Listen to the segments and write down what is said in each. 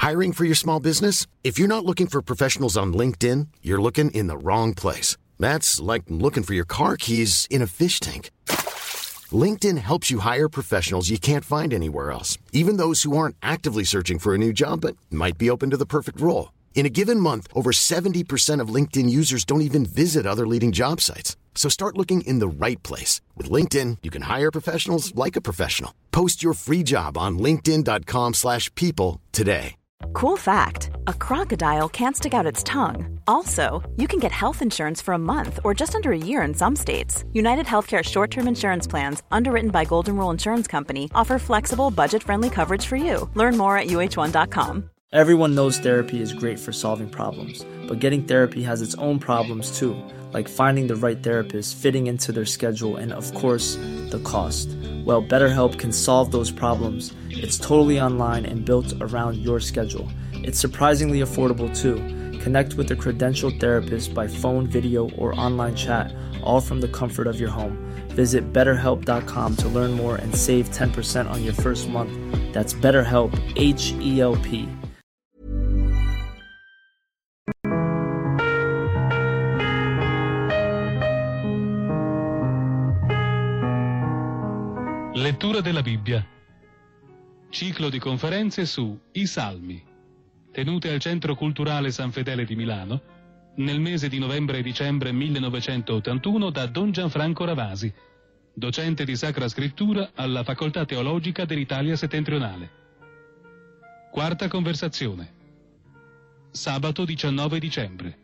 Hiring for your small business? If you're not looking for professionals on LinkedIn, you're looking in the wrong place. That's like looking for your car keys in a fish tank. LinkedIn helps you hire professionals you can't find anywhere else, even those who aren't actively searching for a new job but might be open to the perfect role. In a given month, over 70% of LinkedIn users don't even visit other leading job sites. So start looking in the right place. With LinkedIn, you can hire professionals like a professional. Post your free job on linkedin.com/people today. Cool fact, a crocodile can't stick out its tongue. Also, you can get health insurance for a month or just under a year in some states. United Healthcare short-term insurance plans, underwritten by Golden Rule Insurance Company, offer flexible, budget-friendly coverage for you. Learn more at uh1.com. Everyone knows therapy is great for solving problems, but getting therapy has its own problems too, like finding the right therapist, fitting into their schedule, and of course, the cost. Well, BetterHelp can solve those problems. It's totally online and built around your schedule. It's surprisingly affordable too. Connect with a credentialed therapist by phone, video, or online chat, all from the comfort of your home. Visit BetterHelp.com to learn more and save 10% on your first month. That's BetterHelp, H-E-L-P. Lettura della Bibbia. Ciclo di conferenze su I Salmi, tenute al Centro Culturale San Fedele di Milano nel mese di novembre e dicembre 1981 da Don Gianfranco Ravasi, docente di Sacra Scrittura alla Facoltà Teologica dell'Italia Settentrionale. Quarta conversazione. Sabato 19 dicembre.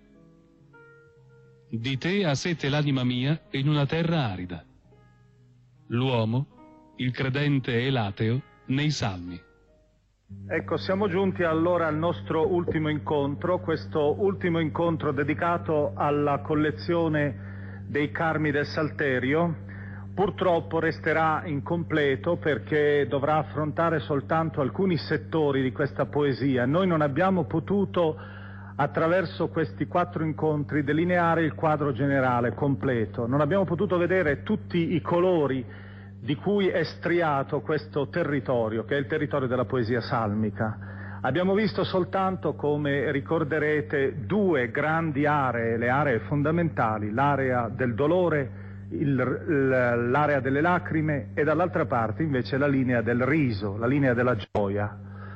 Di te ha sete l'anima mia in una terra arida. L'uomo, il credente e l'ateo nei Salmi. Ecco, siamo giunti allora al nostro ultimo incontro, questo ultimo incontro dedicato alla collezione dei Carmi del Salterio. Purtroppo resterà incompleto perché dovrà affrontare soltanto alcuni settori di questa poesia. Noi non abbiamo potuto, attraverso questi 4 incontri, delineare il quadro generale completo. Non abbiamo potuto vedere tutti i colori di cui è striato questo territorio, che è il territorio della poesia salmica. Abbiamo visto soltanto, come ricorderete, 2 grandi aree, le aree fondamentali, l'area del dolore, l'area delle lacrime, e dall'altra parte invece la linea del riso, la linea della gioia.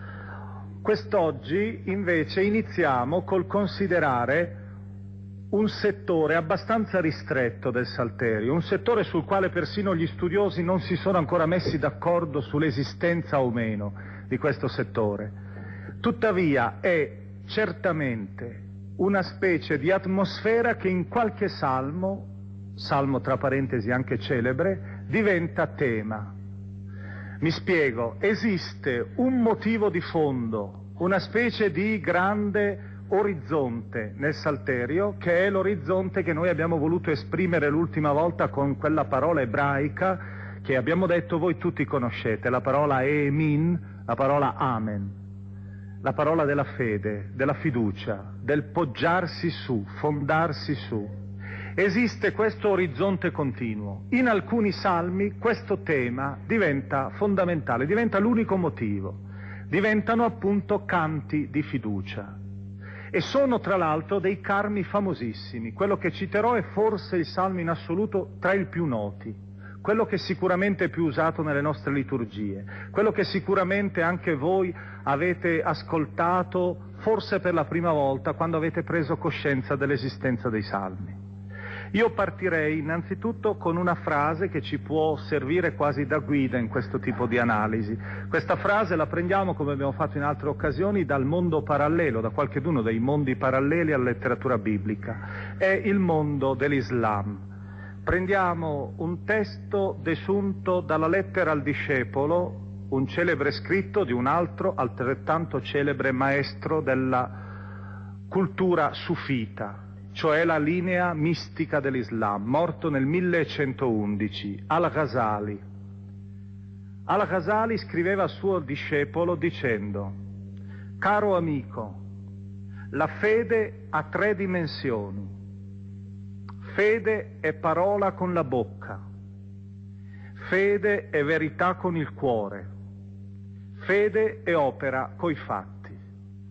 Quest'oggi invece iniziamo col considerare un settore abbastanza ristretto del Salterio, un settore sul quale persino gli studiosi non si sono ancora messi d'accordo sull'esistenza o meno di questo settore. Tuttavia è certamente una specie di atmosfera che in qualche salmo tra parentesi anche celebre, diventa tema. Mi spiego, esiste un motivo di fondo, una specie di grande orizzonte nel Salterio, che è l'orizzonte che noi abbiamo voluto esprimere l'ultima volta con quella parola ebraica che abbiamo detto voi tutti conoscete, la parola Emin, la parola Amen, la parola della fede, della fiducia, del poggiarsi su, fondarsi su. Esiste questo orizzonte continuo. In alcuni salmi questo tema diventa fondamentale, diventa l'unico motivo, diventano appunto canti di fiducia. E sono tra l'altro dei carmi famosissimi. Quello che citerò è forse il salmo in assoluto tra i più noti, quello che sicuramente è più usato nelle nostre liturgie, quello che sicuramente anche voi avete ascoltato forse per la prima volta quando avete preso coscienza dell'esistenza dei salmi. Io partirei innanzitutto con una frase che ci può servire quasi da guida in questo tipo di analisi. Questa frase la prendiamo, come abbiamo fatto in altre occasioni, dal mondo parallelo, da qualcheduno dei mondi paralleli alla letteratura biblica. È il mondo dell'Islam. Prendiamo un testo desunto dalla lettera al discepolo, un celebre scritto di un altro altrettanto celebre maestro della cultura sufita, cioè la linea mistica dell'Islam, morto nel 1111, Al-Ghazali. Al-Ghazali scriveva al suo discepolo dicendo: caro amico, la fede ha 3 dimensioni. Fede è parola con la bocca, fede è verità con il cuore, fede è opera coi fatti.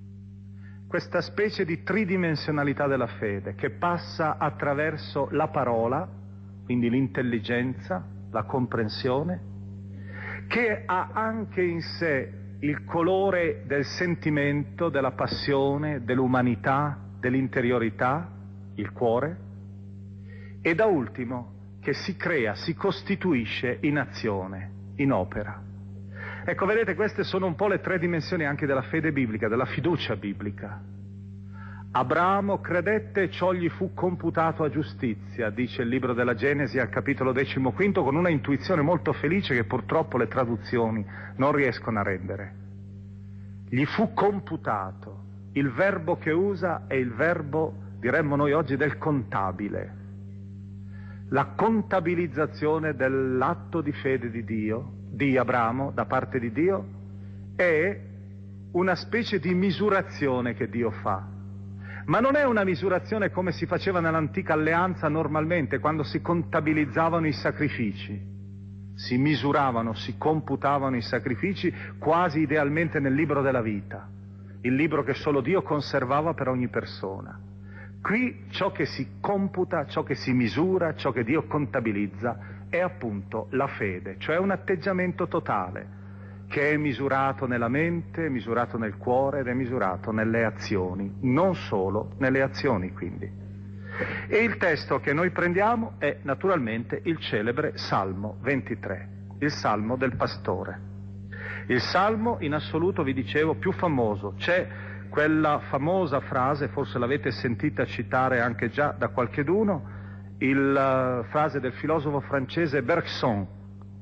questa specie di tridimensionalità della fede che passa attraverso la parola, quindi l'intelligenza, la comprensione, che ha anche in sé il colore del sentimento, della passione, dell'umanità, dell'interiorità, il cuore, e da ultimo che si crea, si costituisce in azione, in opera. Ecco, vedete, queste sono un po' le tre dimensioni anche della fede biblica, della fiducia biblica. Abramo credette e ciò gli fu computato a giustizia, dice il libro della Genesi al capitolo 15, con una intuizione molto felice che purtroppo le traduzioni non riescono a rendere. Gli fu computato. Il verbo che usa è il verbo, diremmo noi oggi, del contabile. La contabilizzazione dell'atto di fede di Dio, di Abramo, da parte di Dio, è una specie di misurazione che Dio fa. Ma non è una misurazione come si faceva nell'antica alleanza normalmente, quando si contabilizzavano i sacrifici. Si misuravano, si computavano i sacrifici quasi idealmente nel libro della vita, il libro che solo Dio conservava per ogni persona. Qui ciò che si computa, ciò che si misura, ciò che Dio contabilizza è appunto la fede, cioè un atteggiamento totale che è misurato nella mente, è misurato nel cuore ed è misurato nelle azioni, non solo nelle azioni quindi. E il testo che noi prendiamo è naturalmente il celebre Salmo 23, il Salmo del pastore. Il Salmo in assoluto, vi dicevo, più famoso. C'è quella famosa frase, forse l'avete sentita citare anche già da qualcheduno, la frase del filosofo francese Bergson: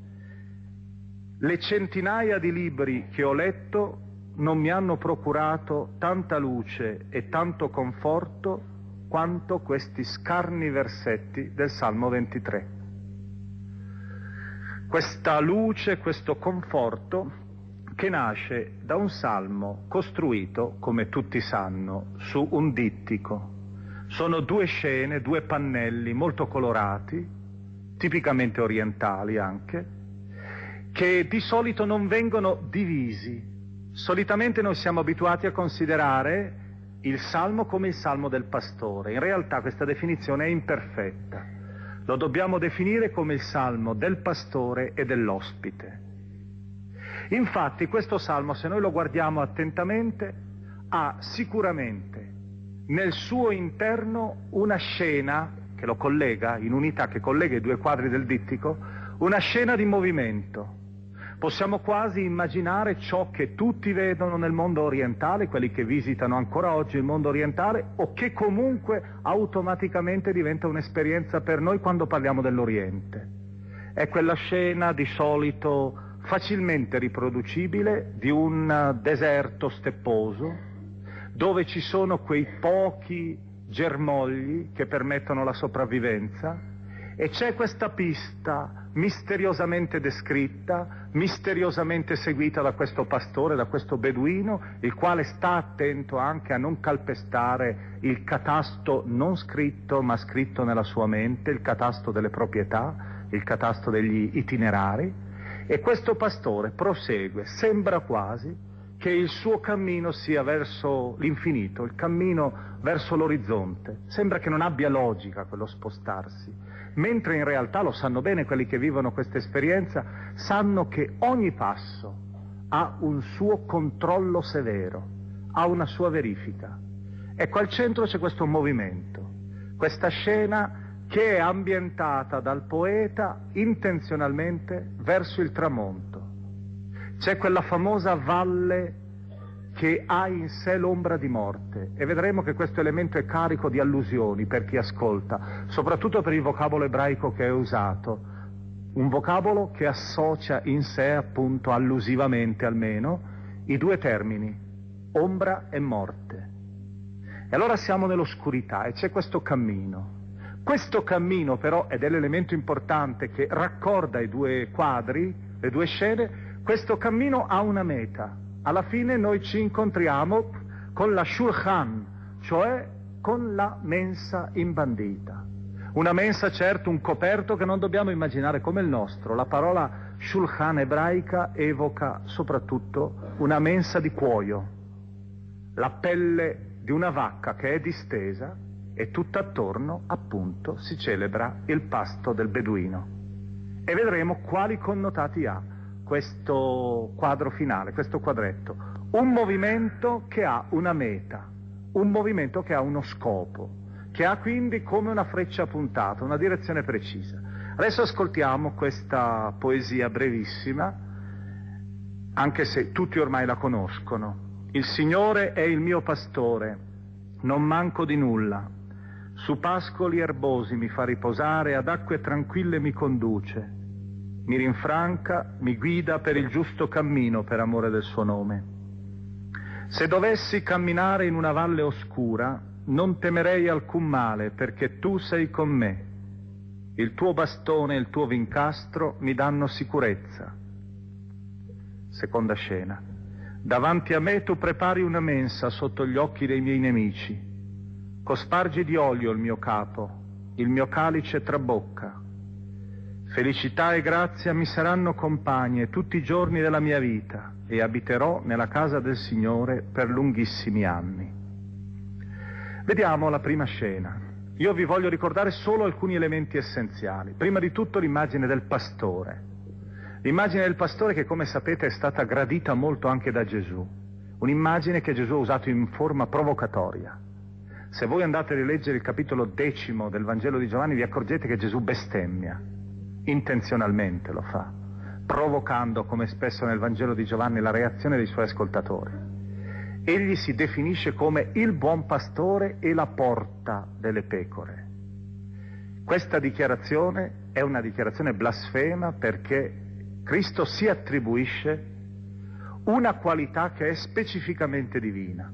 le centinaia di libri che ho letto non mi hanno procurato tanta luce e tanto conforto quanto questi scarni versetti del Salmo 23. Questa luce, questo conforto che nasce da un salmo costruito, come tutti sanno, su un dittico. Sono due scene, due pannelli molto colorati, tipicamente orientali anche, che di solito non vengono divisi. Solitamente noi siamo abituati a considerare il Salmo come il Salmo del pastore. In realtà questa definizione è imperfetta. Lo dobbiamo definire come il Salmo del pastore e dell'ospite. Infatti questo Salmo, se noi lo guardiamo attentamente, ha sicuramente nel suo interno una scena che lo collega, in unità che collega i due quadri del dittico, una scena di movimento. Possiamo quasi immaginare ciò che tutti vedono nel mondo orientale, quelli che visitano ancora oggi il mondo orientale, o che comunque automaticamente diventa un'esperienza per noi quando parliamo dell'Oriente. È quella scena di solito facilmente riproducibile di un deserto stepposo, dove ci sono quei pochi germogli che permettono la sopravvivenza, e c'è questa pista misteriosamente descritta, misteriosamente seguita da questo pastore, da questo beduino, il quale sta attento anche a non calpestare il catasto non scritto ma scritto nella sua mente, il catasto delle proprietà, il catasto degli itinerari. E questo pastore prosegue, sembra quasi che il suo cammino sia verso l'infinito, il cammino verso l'orizzonte. Sembra che non abbia logica quello spostarsi, mentre in realtà, lo sanno bene quelli che vivono questa esperienza, sanno che ogni passo ha un suo controllo severo, ha una sua verifica. Ecco, al centro c'è questo movimento, questa scena che è ambientata dal poeta intenzionalmente verso il tramonto. C'è quella famosa valle che ha in sé l'ombra di morte, e vedremo che questo elemento è carico di allusioni per chi ascolta, soprattutto per il vocabolo ebraico che è usato, un vocabolo che associa in sé, appunto, allusivamente almeno, i due termini, ombra e morte. E allora siamo nell'oscurità e c'è questo cammino. Questo cammino però, ed è l'elemento importante che raccorda i due quadri, le due scene, questo cammino ha una meta. Alla fine noi ci incontriamo con la shulchan, cioè con la mensa imbandita. Una mensa, certo, un coperto che non dobbiamo immaginare come il nostro. La parola shulchan ebraica evoca soprattutto una mensa di cuoio, la pelle di una vacca che è distesa e tutt'attorno, appunto, si celebra il pasto del beduino. E vedremo quali connotati ha questo quadro finale, questo quadretto. Un movimento che ha una meta, un movimento che ha uno scopo, che ha quindi come una freccia puntata, una direzione precisa. Adesso ascoltiamo questa poesia brevissima, anche se tutti ormai la conoscono. Il Signore è il mio pastore, non manco di nulla. Su pascoli erbosi mi fa riposare, ad acque tranquille mi conduce. Mi rinfranca, mi guida per il giusto cammino per amore del suo nome. Se dovessi camminare in una valle oscura, non temerei alcun male, perché tu sei con me. Il tuo bastone e il tuo vincastro mi danno sicurezza. Seconda scena. Davanti a me tu prepari una mensa sotto gli occhi dei miei nemici. Cospargi di olio il mio capo, il mio calice trabocca. Felicità e grazia mi saranno compagne tutti i giorni della mia vita e abiterò nella casa del Signore per lunghissimi anni. Vediamo la prima scena. Io vi voglio ricordare solo alcuni elementi essenziali. Prima di tutto l'immagine del pastore. L'immagine del pastore che, come sapete, è stata gradita molto anche da Gesù. Un'immagine che Gesù ha usato in forma provocatoria. Se voi andate a rileggere il capitolo 10 del Vangelo di Giovanni, vi accorgete che Gesù bestemmia. Intenzionalmente lo fa, provocando, come spesso nel Vangelo di Giovanni, la reazione dei suoi ascoltatori. Egli si definisce come il buon pastore e la porta delle pecore. Questa dichiarazione è una dichiarazione blasfema perché Cristo si attribuisce una qualità che è specificamente divina.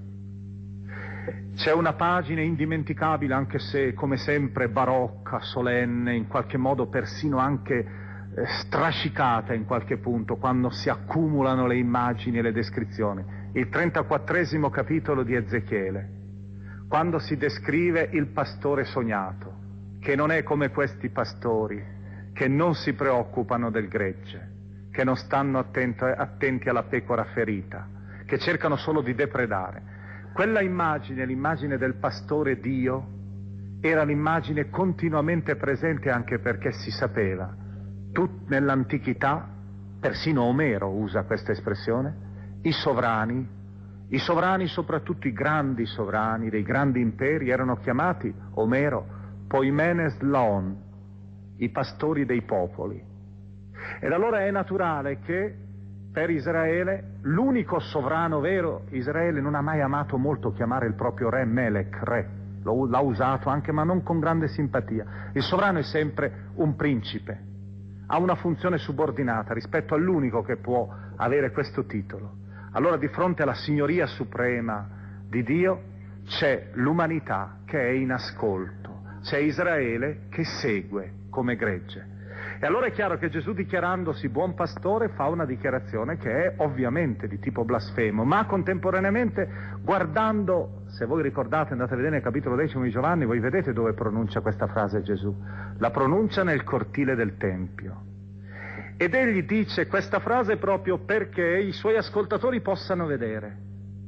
C'è una pagina indimenticabile, anche se come sempre barocca, solenne, in qualche modo persino anche strascicata in qualche punto, quando si accumulano le immagini e le descrizioni. Il 34° capitolo di Ezechiele, quando si descrive il pastore sognato, che non è come questi pastori che non si preoccupano del gregge, che non stanno attenti alla pecora ferita, che cercano solo di depredare. Quella immagine, l'immagine del pastore Dio, era l'immagine continuamente presente, anche perché si sapeva, nell'antichità, persino Omero usa questa espressione, i sovrani, soprattutto i grandi sovrani dei grandi imperi, erano chiamati, Omero, poimenes laon, i pastori dei popoli. Ed allora è naturale che per Israele, l'unico sovrano vero, Israele non ha mai amato molto chiamare il proprio re Melech, re, l'ha usato anche, ma non con grande simpatia. Il sovrano è sempre un principe, ha una funzione subordinata rispetto all'unico che può avere questo titolo. Allora, di fronte alla signoria suprema di Dio, c'è l'umanità che è in ascolto, c'è Israele che segue come gregge. E allora è chiaro che Gesù, dichiarandosi buon pastore, fa una dichiarazione che è ovviamente di tipo blasfemo, ma contemporaneamente, guardando, se voi ricordate, andate a vedere nel capitolo 10 di Giovanni, voi vedete dove pronuncia questa frase Gesù. La pronuncia nel cortile del Tempio. Ed egli dice questa frase proprio perché i suoi ascoltatori possano vedere.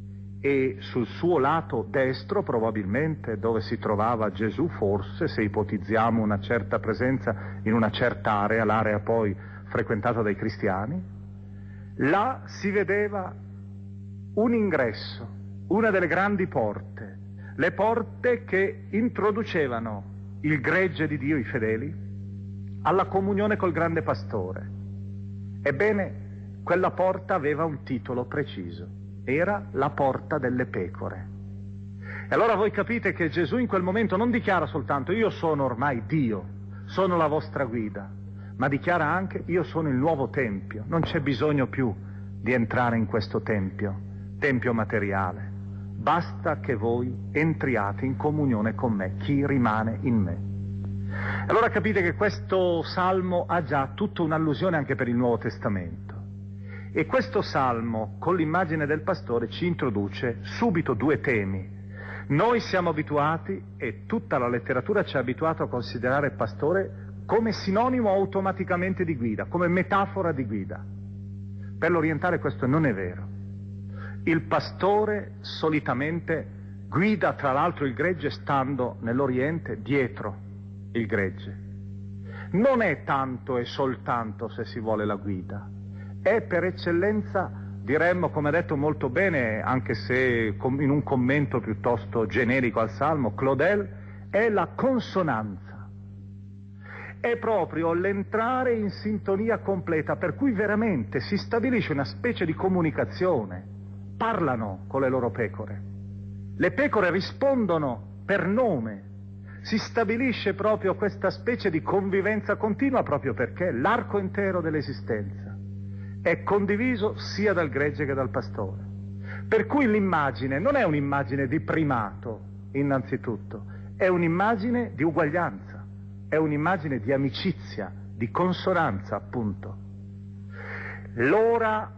E sul suo lato destro, probabilmente, dove si trovava Gesù, forse, se ipotizziamo una certa presenza in una certa area, l'area poi frequentata dai cristiani, là si vedeva un ingresso, una delle grandi porte, le porte che introducevano il gregge di Dio, i fedeli, alla comunione col grande pastore. Ebbene, quella porta aveva un titolo preciso. Era la porta delle pecore. E allora voi capite che Gesù in quel momento non dichiara soltanto io sono ormai Dio, sono la vostra guida, ma dichiara anche io sono il nuovo tempio. Non c'è bisogno più di entrare in questo tempio materiale. Basta che voi entriate in comunione con me, chi rimane in me. Allora capite che questo salmo ha già tutta un'allusione anche per il Nuovo Testamento. E questo salmo, con l'immagine del pastore, ci introduce subito due temi. Noi siamo abituati, e tutta la letteratura ci ha abituato a considerare il pastore come sinonimo automaticamente di guida, come metafora di guida. Per l'orientale questo non è vero. Il pastore solitamente guida tra l'altro il gregge stando nell'Oriente dietro il gregge. Non è tanto e soltanto, se si vuole, la guida, è per eccellenza, diremmo, come ha detto molto bene, anche se in un commento piuttosto generico al Salmo, Claudel, è la consonanza. È proprio l'entrare in sintonia completa, per cui veramente si stabilisce una specie di comunicazione. Parlano con le loro pecore. Le pecore rispondono per nome. Si stabilisce proprio questa specie di convivenza continua proprio perché l'arco intero dell'esistenza è condiviso sia dal gregge che dal pastore. Per cui l'immagine non è un'immagine di primato, innanzitutto, è un'immagine di uguaglianza, è un'immagine di amicizia, di consonanza, appunto. La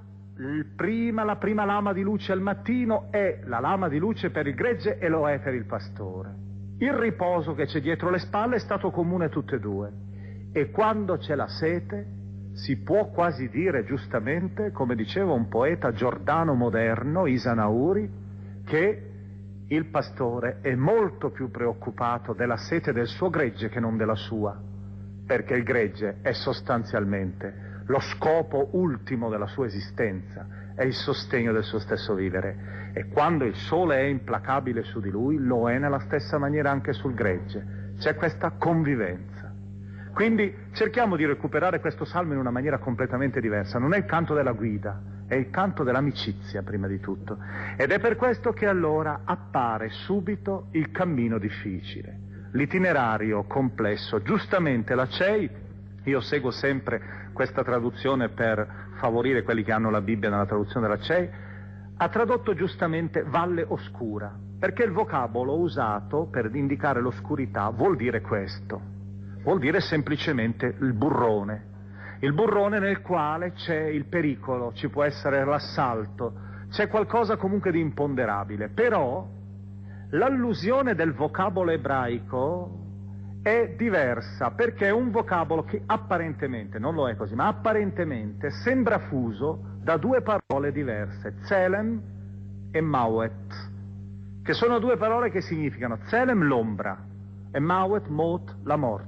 prima lama di luce al mattino è la lama di luce per il gregge e lo è per il pastore. Il riposo che c'è dietro le spalle è stato comune a tutte e due. E quando c'è la sete, si può quasi dire giustamente, come diceva un poeta giordano moderno, Isanauri, che il pastore è molto più preoccupato della sete del suo gregge che non della sua, perché il gregge è sostanzialmente lo scopo ultimo della sua esistenza, è il sostegno del suo stesso vivere, e quando il sole è implacabile su di lui, lo è nella stessa maniera anche sul gregge. C'è questa convivenza. Quindi cerchiamo di recuperare questo salmo in una maniera completamente diversa. Non è il canto della guida, è il canto dell'amicizia prima di tutto, ed è per questo che allora appare subito il cammino difficile, l'itinerario complesso. Giustamente la CEI, io seguo sempre questa traduzione per favorire quelli che hanno la Bibbia nella traduzione della CEI, ha tradotto giustamente valle oscura, perché il vocabolo usato per indicare l'oscurità vuol dire questo, vuol dire semplicemente il burrone nel quale c'è il pericolo, ci può essere l'assalto, c'è qualcosa comunque di imponderabile. Però l'allusione del vocabolo ebraico è diversa, perché è un vocabolo che apparentemente, non lo è così, ma apparentemente sembra fuso da due parole diverse, Tselem e Mawet, che sono due parole che significano Tselem l'ombra e Mawet, Mot, la morte.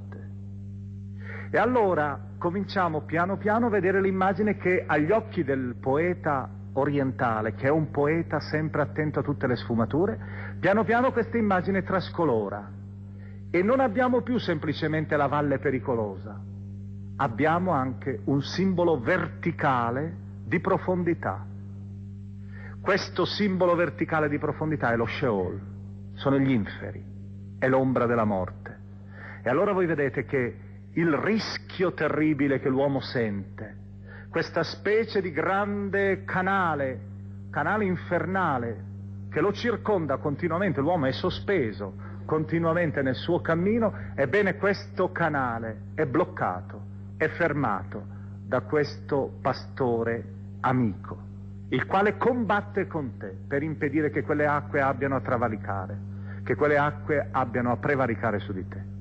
E allora cominciamo piano piano a vedere l'immagine che agli occhi del poeta orientale, che è un poeta sempre attento a tutte le sfumature, piano piano questa immagine trascolora. E non abbiamo più semplicemente la valle pericolosa, abbiamo anche un simbolo verticale di profondità. Questo simbolo verticale di profondità è lo Sheol, sono gli inferi, è l'ombra della morte. E allora voi vedete che il rischio terribile che l'uomo sente, questa specie di grande canale infernale che lo circonda continuamente, l'uomo è sospeso continuamente nel suo cammino, ebbene questo canale è bloccato, è fermato da questo pastore amico, il quale combatte con te per impedire che quelle acque abbiano a travalicare, che quelle acque abbiano a prevaricare su di te.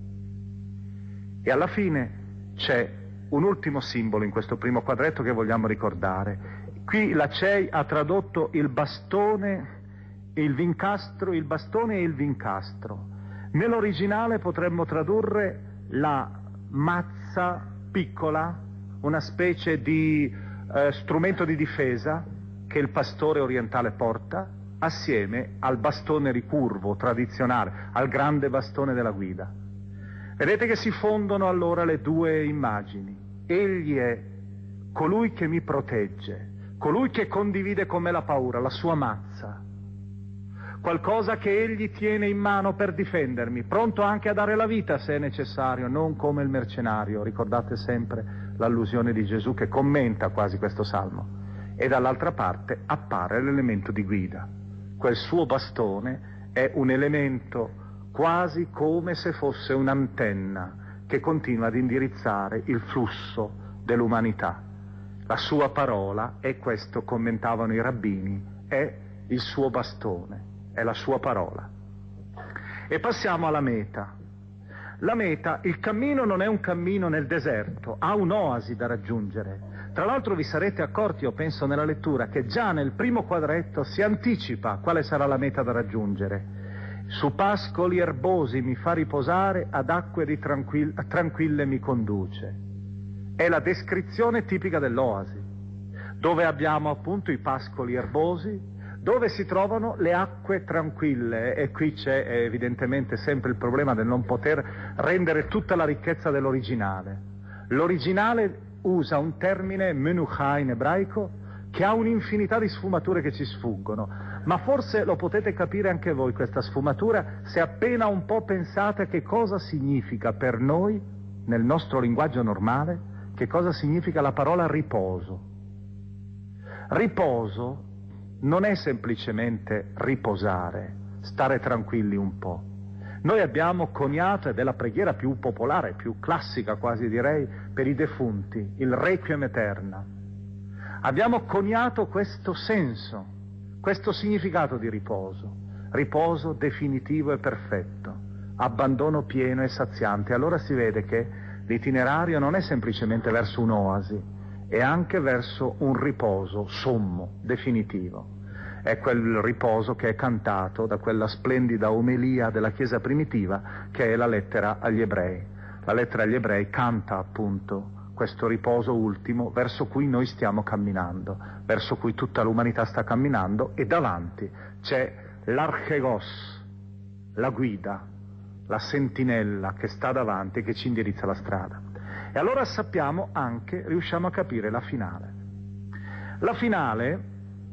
E alla fine c'è un ultimo simbolo in questo primo quadretto che vogliamo ricordare. Qui la CEI ha tradotto il bastone e il vincastro, il bastone e il vincastro. Nell'originale potremmo tradurre la mazza piccola, una specie di strumento di difesa che il pastore orientale porta, assieme al bastone ricurvo tradizionale, al grande bastone della guida. Vedete che si fondono allora le due immagini. Egli è colui che mi protegge, colui che condivide con me la paura, la sua mazza, qualcosa che egli tiene in mano per difendermi, pronto anche a dare la vita se è necessario, non come il mercenario. Ricordate sempre l'allusione di Gesù che commenta quasi questo salmo. E dall'altra parte appare l'elemento di guida. Quel suo bastone è un elemento quasi come se fosse un'antenna che continua ad indirizzare il flusso dell'umanità. La sua parola, e questo commentavano i rabbini, è il suo bastone, è la sua parola. E passiamo alla meta. La meta, il cammino non è un cammino nel deserto, ha un'oasi da raggiungere. Tra l'altro vi sarete accorti, io penso nella lettura, che già nel primo quadretto si anticipa quale sarà la meta da raggiungere. su pascoli erbosi mi fa riposare, ad acque tranquille mi conduce. È la descrizione tipica dell'oasi, dove abbiamo appunto i pascoli erbosi, dove si trovano le acque tranquille, e qui c'è evidentemente sempre il problema del non poter rendere tutta la ricchezza dell'originale. L'originale usa un termine menucha in ebraico che ha un'infinità di sfumature che ci sfuggono, ma forse lo potete capire anche voi questa sfumatura se appena un po' pensate che cosa significa per noi, nel nostro linguaggio normale, che cosa significa la parola riposo. Riposo non è semplicemente riposare, stare tranquilli un po'. Noi abbiamo coniato, ed è la preghiera più popolare, più classica quasi direi, per i defunti, il Requiem Aeterna. Abbiamo coniato questo senso, questo significato di riposo, riposo definitivo e perfetto, abbandono pieno e saziante. Allora si vede che l'itinerario non è semplicemente verso un'oasi, è anche verso un riposo sommo, definitivo. È quel riposo che è cantato da quella splendida omelia della Chiesa primitiva che è la lettera agli ebrei. La lettera agli ebrei canta appunto questo riposo ultimo verso cui noi stiamo camminando, verso cui tutta l'umanità sta camminando, e davanti c'è l'archegos, la guida, la sentinella che sta davanti e che ci indirizza la strada. E allora sappiamo anche, riusciamo a capire la finale. La finale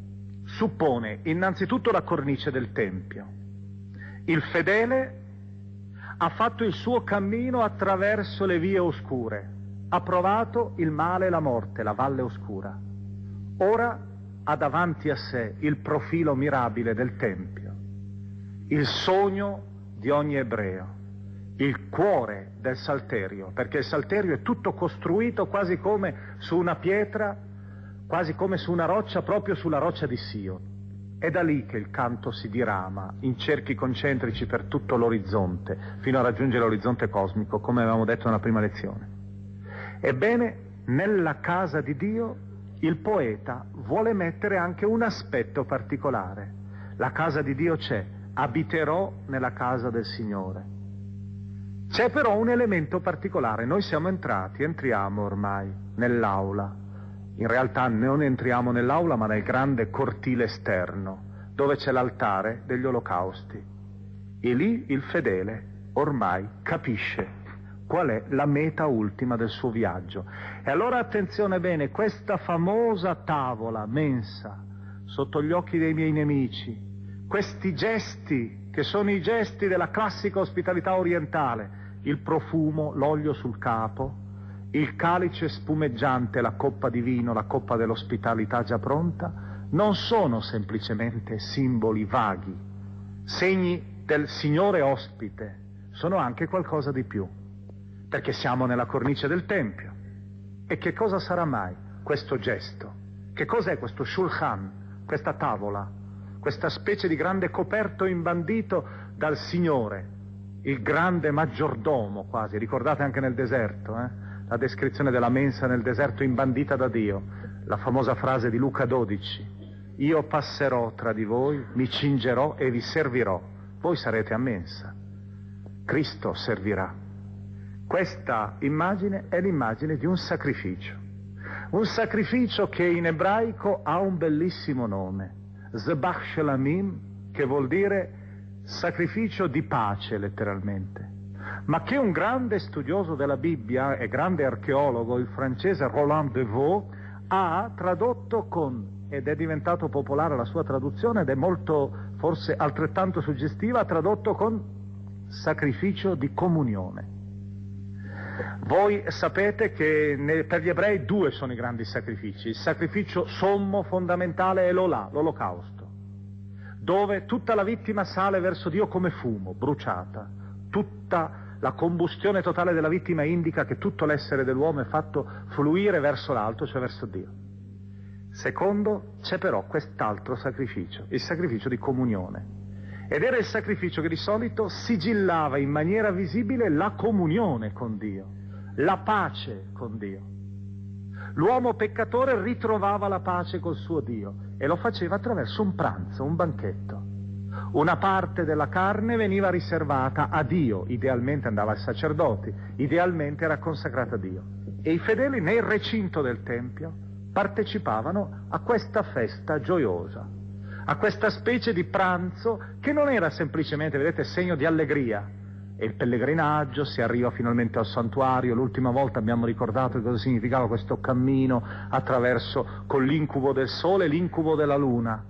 suppone innanzitutto la cornice del Tempio. Il fedele ha fatto il suo cammino attraverso le vie oscure, ha provato il male e la morte, la valle oscura. Ora ha davanti a sé il profilo mirabile del Tempio, il sogno di ogni ebreo, il cuore del salterio, perché il salterio è tutto costruito quasi come su una pietra, quasi come su una roccia, proprio sulla roccia di Sion. È da lì che il canto si dirama in cerchi concentrici per tutto l'orizzonte, fino a raggiungere l'orizzonte cosmico, come avevamo detto nella prima lezione. Ebbene, nella casa di Dio il poeta vuole mettere anche un aspetto particolare. La casa di Dio c'è, abiterò nella casa del Signore. C'è però un elemento particolare, noi entriamo ormai nell'aula. In realtà non entriamo nell'aula, ma nel grande cortile esterno, dove c'è l'altare degli olocausti. E lì il fedele ormai capisce qual è la meta ultima del suo viaggio. E allora attenzione bene, questa famosa tavola mensa sotto gli occhi dei miei nemici, questi gesti che sono i gesti della classica ospitalità orientale, il profumo, l'olio sul capo, il calice spumeggiante, la coppa di vino, la coppa dell'ospitalità già pronta, non sono semplicemente simboli vaghi, segni del Signore ospite, sono anche qualcosa di più, perché siamo nella cornice del Tempio. E che cosa sarà mai questo gesto? Che cos'è questo shulchan, questa tavola, questa specie di grande coperto imbandito dal Signore, il grande maggiordomo quasi, ricordate anche nel deserto, la descrizione della mensa nel deserto imbandita da Dio, la famosa frase di Luca 12, io passerò tra di voi, mi cingerò e vi servirò, voi sarete a mensa, Cristo servirà. Questa immagine è l'immagine di un sacrificio che in ebraico ha un bellissimo nome, Zebach Shelamim, che vuol dire sacrificio di pace letteralmente, ma che un grande studioso della Bibbia e grande archeologo, il francese Roland Devaux, ha tradotto con, ed è diventato popolare la sua traduzione ed è molto, forse altrettanto suggestiva, ha tradotto con sacrificio di comunione. Voi sapete che per gli ebrei due sono i grandi sacrifici, il sacrificio sommo fondamentale è l'olocausto, dove tutta la vittima sale verso Dio come fumo, bruciata. Tutta la combustione totale della vittima indica che tutto l'essere dell'uomo è fatto fluire verso l'alto, cioè verso Dio. Secondo, c'è però quest'altro sacrificio, il sacrificio di comunione. Ed era il sacrificio che di solito sigillava in maniera visibile la comunione con Dio, la pace con Dio. L'uomo peccatore ritrovava la pace col suo Dio e lo faceva attraverso un pranzo, un banchetto. Una parte della carne veniva riservata a Dio, idealmente andava ai sacerdoti, idealmente era consacrata a Dio. E i fedeli nel recinto del Tempio partecipavano a questa festa gioiosa, a questa specie di pranzo che non era semplicemente, vedete, segno di allegria. E il pellegrinaggio, si arriva finalmente al santuario. L'ultima volta abbiamo ricordato cosa significava questo cammino attraverso, con l'incubo del sole e l'incubo della luna.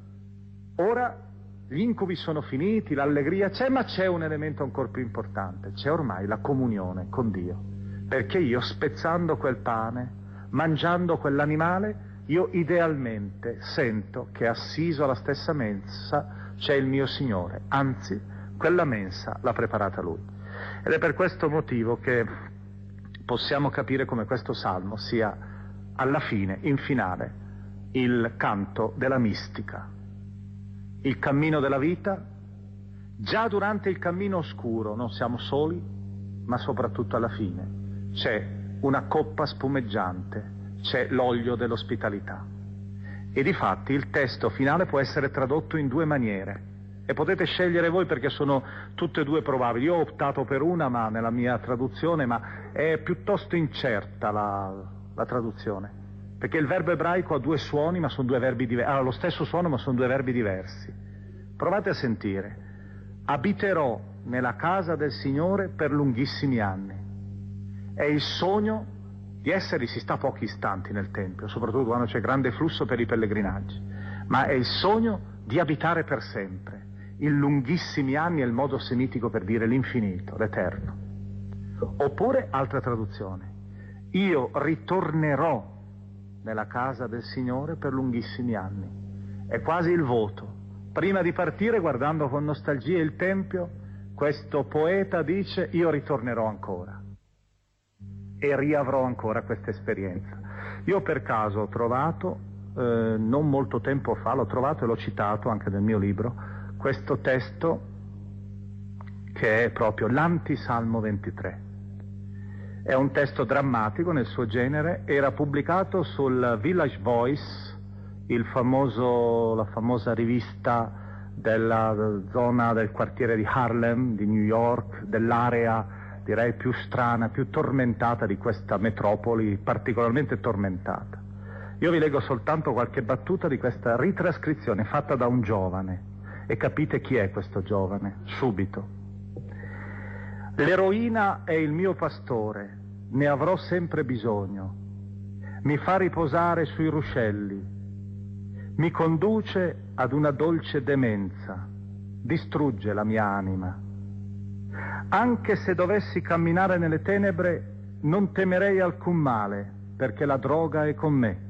Ora gli incubi sono finiti, l'allegria c'è, ma c'è un elemento ancora più importante, c'è ormai la comunione con Dio, perché io, spezzando quel pane, mangiando quell'animale, io idealmente sento che assiso alla stessa mensa c'è il mio Signore, anzi quella mensa l'ha preparata Lui. Ed è per questo motivo che possiamo capire come questo salmo sia alla fine, in finale, il canto della mistica. Il cammino della vita, già durante il cammino oscuro non siamo soli, ma soprattutto alla fine c'è una coppa spumeggiante, c'è l'olio dell'ospitalità. E difatti il testo finale può essere tradotto in due maniere e potete scegliere voi, perché sono tutte e due probabili. Io ho optato per una, ma nella mia traduzione, ma è piuttosto incerta la traduzione, perché il verbo ebraico ha due suoni, ma sono due verbi diversi. Ha lo stesso suono, ma sono due verbi diversi. Provate a sentire. Abiterò nella casa del Signore per lunghissimi anni. È il sogno di essere, si sta pochi istanti nel Tempio, soprattutto quando c'è grande flusso per i pellegrinaggi, ma è il sogno di abitare per sempre. In lunghissimi anni è il modo semitico per dire l'infinito, l'eterno. Oppure, altra traduzione, io ritornerò nella casa del Signore per lunghissimi anni. È quasi il voto. Prima di partire, guardando con nostalgia il Tempio, questo poeta dice: io ritornerò ancora e riavrò ancora questa esperienza. Io per caso ho trovato, non molto tempo fa, l'ho trovato e l'ho citato anche nel mio libro, questo testo che è proprio l'antisalmo 23. È un testo drammatico nel suo genere, era pubblicato sul Village Voice, la famosa rivista della zona del quartiere di Harlem, di New York, dell'area direi più strana, più tormentata di questa metropoli, particolarmente tormentata. Io vi leggo soltanto qualche battuta di questa ritrascrizione fatta da un giovane, e capite chi è questo giovane subito. L'eroina è il mio pastore, ne avrò sempre bisogno, mi fa riposare sui ruscelli, mi conduce ad una dolce demenza, distrugge la mia anima. Anche se dovessi camminare nelle tenebre, non temerei alcun male, perché la droga è con me.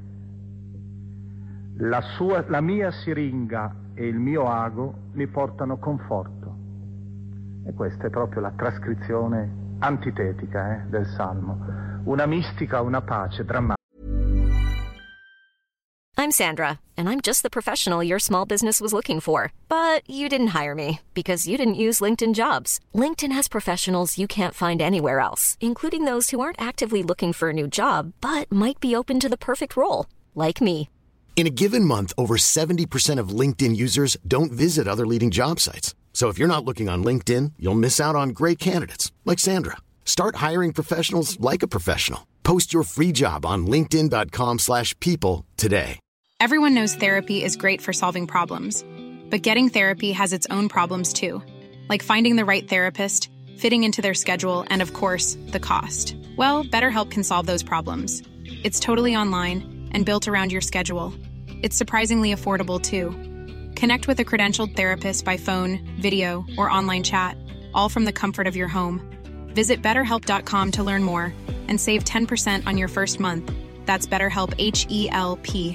La mia siringa e il mio ago mi portano conforto. E questa è proprio la trascrizione antitetica del Salmo. Una mistica, una pace drammatica. I'm Sandra, and I'm just the professional your small business was looking for. But you didn't hire me because you didn't use LinkedIn Jobs. LinkedIn has professionals you can't find anywhere else, including those who aren't actively looking for a new job, but might be open to the perfect role, like me. In a given month, over 70% of LinkedIn users don't visit other leading job sites. So if you're not looking on LinkedIn, you'll miss out on great candidates like Sandra. Start hiring professionals like a professional. Post your free job on linkedin.com/people today. Everyone knows therapy is great for solving problems, but getting therapy has its own problems too, like finding the right therapist, fitting into their schedule, and of course, the cost. Well, BetterHelp can solve those problems. It's totally online and built around your schedule. It's surprisingly affordable too. Connect with a credentialed therapist by phone, video, or online chat, all from the comfort of your home. Visit BetterHelp.com to learn more and save 10% on your first month. That's BetterHelp, H-E-L-P.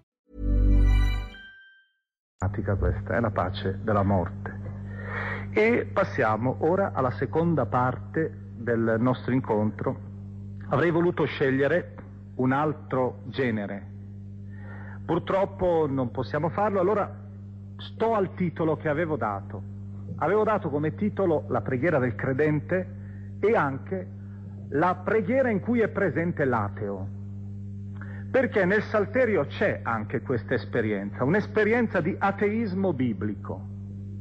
Questa è la pace della morte. E passiamo ora alla seconda parte del nostro incontro. Avrei voluto scegliere un altro genere. Purtroppo non possiamo farlo, allora sto al titolo che avevo dato. Avevo dato come titolo la preghiera del credente e anche la preghiera in cui è presente l'ateo. Perché nel Salterio c'è anche questa esperienza, un'esperienza di ateismo biblico.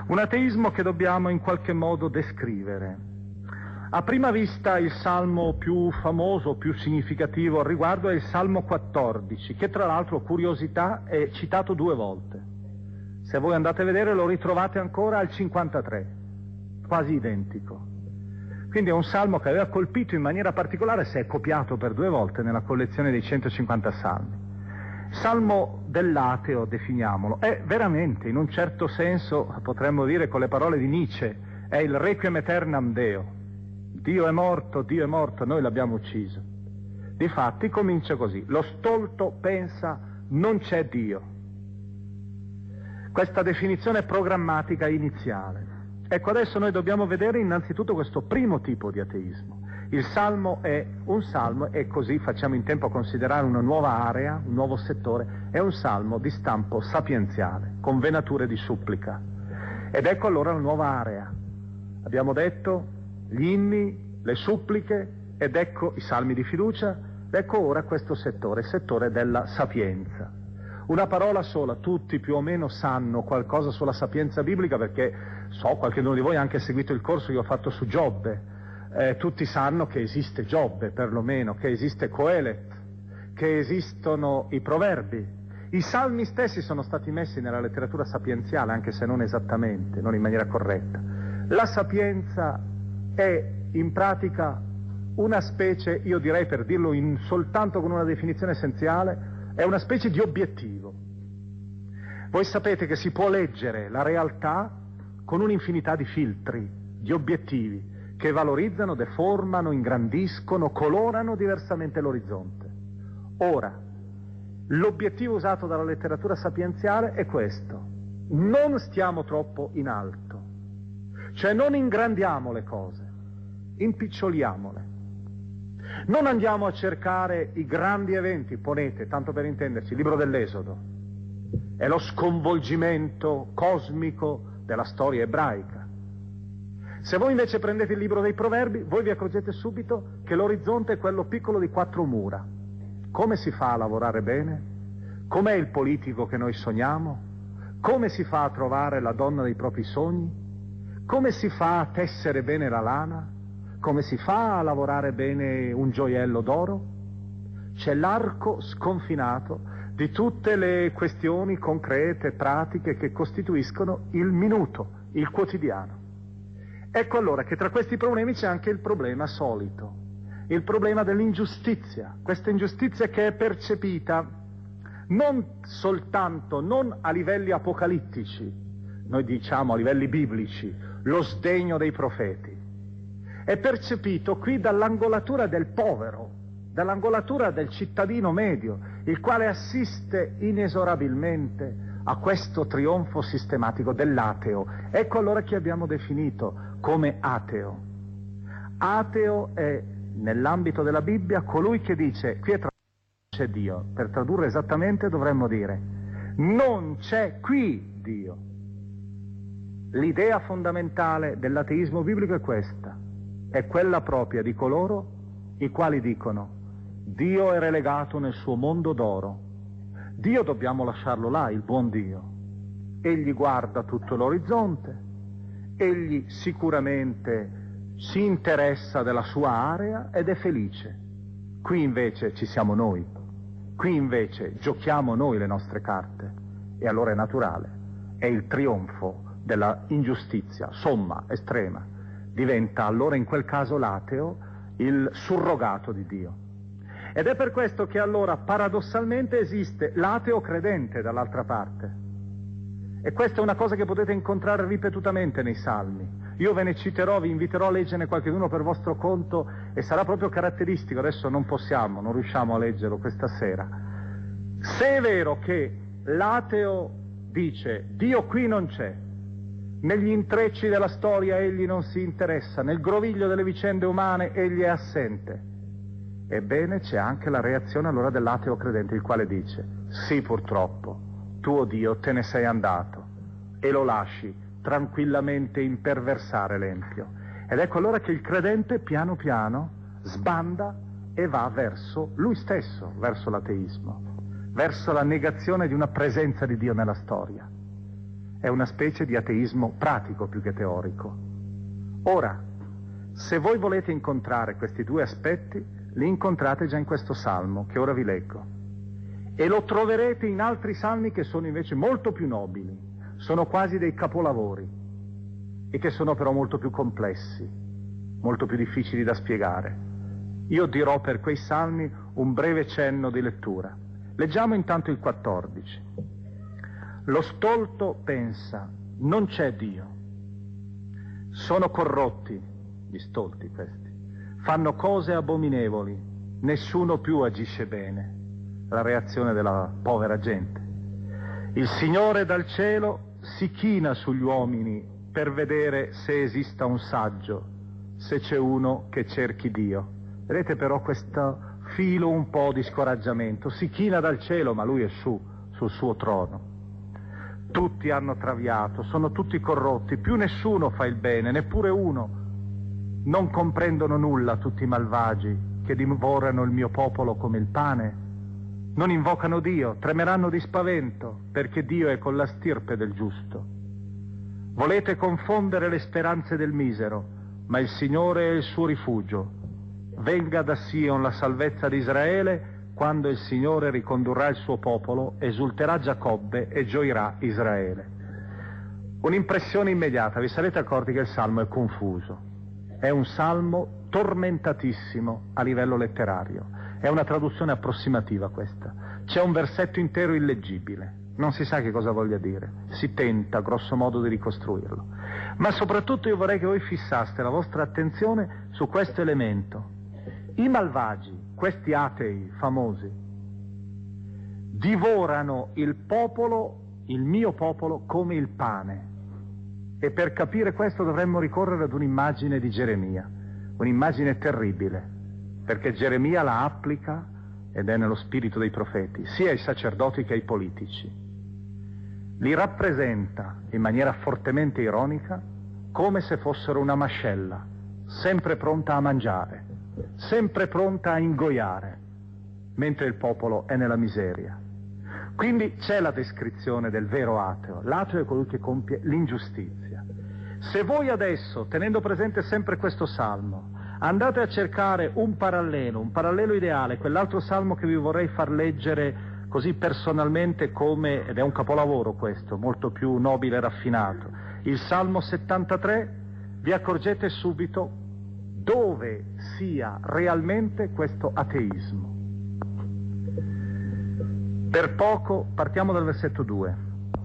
Un ateismo che dobbiamo in qualche modo descrivere. A prima vista il salmo più famoso, più significativo al riguardo è il Salmo 14, che tra l'altro, curiosità, è citato 2 volte. Se voi andate a vedere lo ritrovate ancora al 53, quasi identico. Quindi è un salmo che aveva colpito in maniera particolare, se è copiato per 2 volte nella collezione dei 150 salmi. Salmo dell'ateo, definiamolo, è veramente, in un certo senso, potremmo dire con le parole di Nietzsche, è il requiem aeternam Deo. Dio è morto, noi l'abbiamo ucciso. Difatti comincia così: lo stolto pensa non c'è Dio. Questa definizione programmatica iniziale. Ecco, adesso noi dobbiamo vedere innanzitutto questo primo tipo di ateismo. Il salmo è un salmo, e così facciamo in tempo a considerare una nuova area, un nuovo settore, è un salmo di stampo sapienziale, con venature di supplica. Ed ecco allora la nuova area. Abbiamo detto gli inni, le suppliche, ed ecco i salmi di fiducia, ed ecco ora questo settore, il settore della sapienza. Una parola sola, tutti più o meno sanno qualcosa sulla sapienza biblica, perché qualcuno di voi ha anche seguito il corso che ho fatto su Giobbe. Tutti sanno che esiste Giobbe, perlomeno, che esiste Coelet, che esistono i proverbi. I salmi stessi sono stati messi nella letteratura sapienziale, anche se non esattamente, non in maniera corretta. La sapienza è in pratica una specie, io direi, per dirlo soltanto con una definizione essenziale, è una specie di obiettivo. Voi sapete che si può leggere la realtà con un'infinità di filtri, di obiettivi, che valorizzano, deformano, ingrandiscono, colorano diversamente l'orizzonte. Ora, l'obiettivo usato dalla letteratura sapienziale è questo: non stiamo troppo in alto, cioè non ingrandiamo le cose, impiccioliamole. Non andiamo a cercare i grandi eventi, ponete, tanto per intenderci, il libro dell'Esodo, è lo sconvolgimento cosmico della storia ebraica. Se voi invece prendete il libro dei Proverbi, voi vi accorgete subito che l'orizzonte è quello piccolo di 4 mura. Come si fa a lavorare bene? Com'è il politico che noi sogniamo? Come si fa a trovare la donna dei propri sogni? Come si fa a tessere bene la lana? Come si fa a lavorare bene un gioiello d'oro? C'è l'arco sconfinato di tutte le questioni concrete, pratiche, che costituiscono il minuto, il quotidiano. Ecco allora che tra questi problemi c'è anche il problema solito, il problema dell'ingiustizia, questa ingiustizia che è percepita non soltanto, non a livelli apocalittici, noi diciamo a livelli biblici, lo sdegno dei profeti, è percepito qui dall'angolatura del povero, dall'angolatura del cittadino medio, il quale assiste inesorabilmente a questo trionfo sistematico dell'ateo. Ecco allora che abbiamo definito come ateo. Ateo è, nell'ambito della Bibbia, colui che dice, qui c'è Dio. Per tradurre esattamente dovremmo dire, non c'è qui Dio. L'idea fondamentale dell'ateismo biblico è questa, è quella propria di coloro i quali dicono: Dio è relegato nel suo mondo d'oro, Dio dobbiamo lasciarlo là, il buon Dio. Egli guarda tutto l'orizzonte, egli sicuramente si interessa della sua area ed è felice. Qui invece ci siamo noi, qui invece giochiamo noi le nostre carte, e allora è naturale, è il trionfo della ingiustizia, somma, estrema. Diventa allora in quel caso l'ateo il surrogato di Dio. Ed è per questo che allora paradossalmente esiste l'ateo credente dall'altra parte. E questa è una cosa che potete incontrare ripetutamente nei salmi. Io ve ne citerò, vi inviterò a leggerne qualcuno per vostro conto, e sarà proprio caratteristico. Adesso non riusciamo a leggerlo questa sera. Se è vero che l'ateo dice Dio qui non c'è, negli intrecci della storia egli non si interessa, nel groviglio delle vicende umane egli è assente, ebbene c'è anche la reazione allora dell'ateo credente, il quale dice: sì, purtroppo, tuo Dio te ne sei andato e lo lasci tranquillamente imperversare l'empio. Ed ecco allora che il credente piano piano sbanda e va verso lui stesso, verso l'ateismo, verso la negazione di una presenza di Dio nella storia. è una specie di ateismo pratico più che teorico. Ora, se voi volete incontrare questi due aspetti, li incontrate già in questo salmo che ora vi leggo. E lo troverete in altri salmi che sono invece molto più nobili, sono quasi dei capolavori, e che sono però molto più complessi, molto più difficili da spiegare. Io dirò per quei salmi un breve cenno di lettura. Leggiamo intanto il 14. Lo stolto pensa, non c'è Dio. Sono corrotti, gli stolti questi. Fanno cose abominevoli, nessuno più agisce bene. La reazione della povera gente. Il Signore dal cielo si china sugli uomini per vedere se esista un saggio, se c'è uno che cerchi Dio. Vedete però questo filo un po' di scoraggiamento. Si china dal cielo, ma lui è sul suo trono. Tutti hanno traviato, sono tutti corrotti, più nessuno fa il bene, neppure uno. Non comprendono nulla tutti i malvagi che divorano il mio popolo come il pane. Non invocano Dio, tremeranno di spavento, perché Dio è con la stirpe del giusto. Volete confondere le speranze del misero, ma il Signore è il suo rifugio. Venga da Sion la salvezza di Israele. Quando il Signore ricondurrà il suo popolo, esulterà Giacobbe e gioirà Israele. Un'impressione immediata, vi sarete accorti che il salmo è confuso. È un salmo tormentatissimo a livello letterario. È una traduzione approssimativa questa. C'è un versetto intero illeggibile. Non si sa che cosa voglia dire. Si tenta, grosso modo, di ricostruirlo. Ma soprattutto io vorrei che voi fissaste la vostra attenzione su questo elemento. I malvagi, questi atei famosi, divorano il popolo, il mio popolo, come il pane. E per capire questo dovremmo ricorrere ad un'immagine di Geremia, un'immagine terribile, perché Geremia la applica, ed è nello spirito dei profeti, sia ai sacerdoti che ai politici. Li rappresenta in maniera fortemente ironica come se fossero una mascella, sempre pronta a mangiare, sempre pronta a ingoiare, mentre il popolo è nella miseria. Quindi c'è la descrizione del vero ateo. L'ateo è colui che compie l'ingiustizia. Se voi adesso, tenendo presente sempre questo salmo, andate a cercare un parallelo ideale, quell'altro salmo che vi vorrei far leggere così personalmente come, ed è un capolavoro questo, molto più nobile e raffinato, il Salmo 73, vi accorgete subito dove sia realmente questo ateismo. Per poco, partiamo dal versetto 2,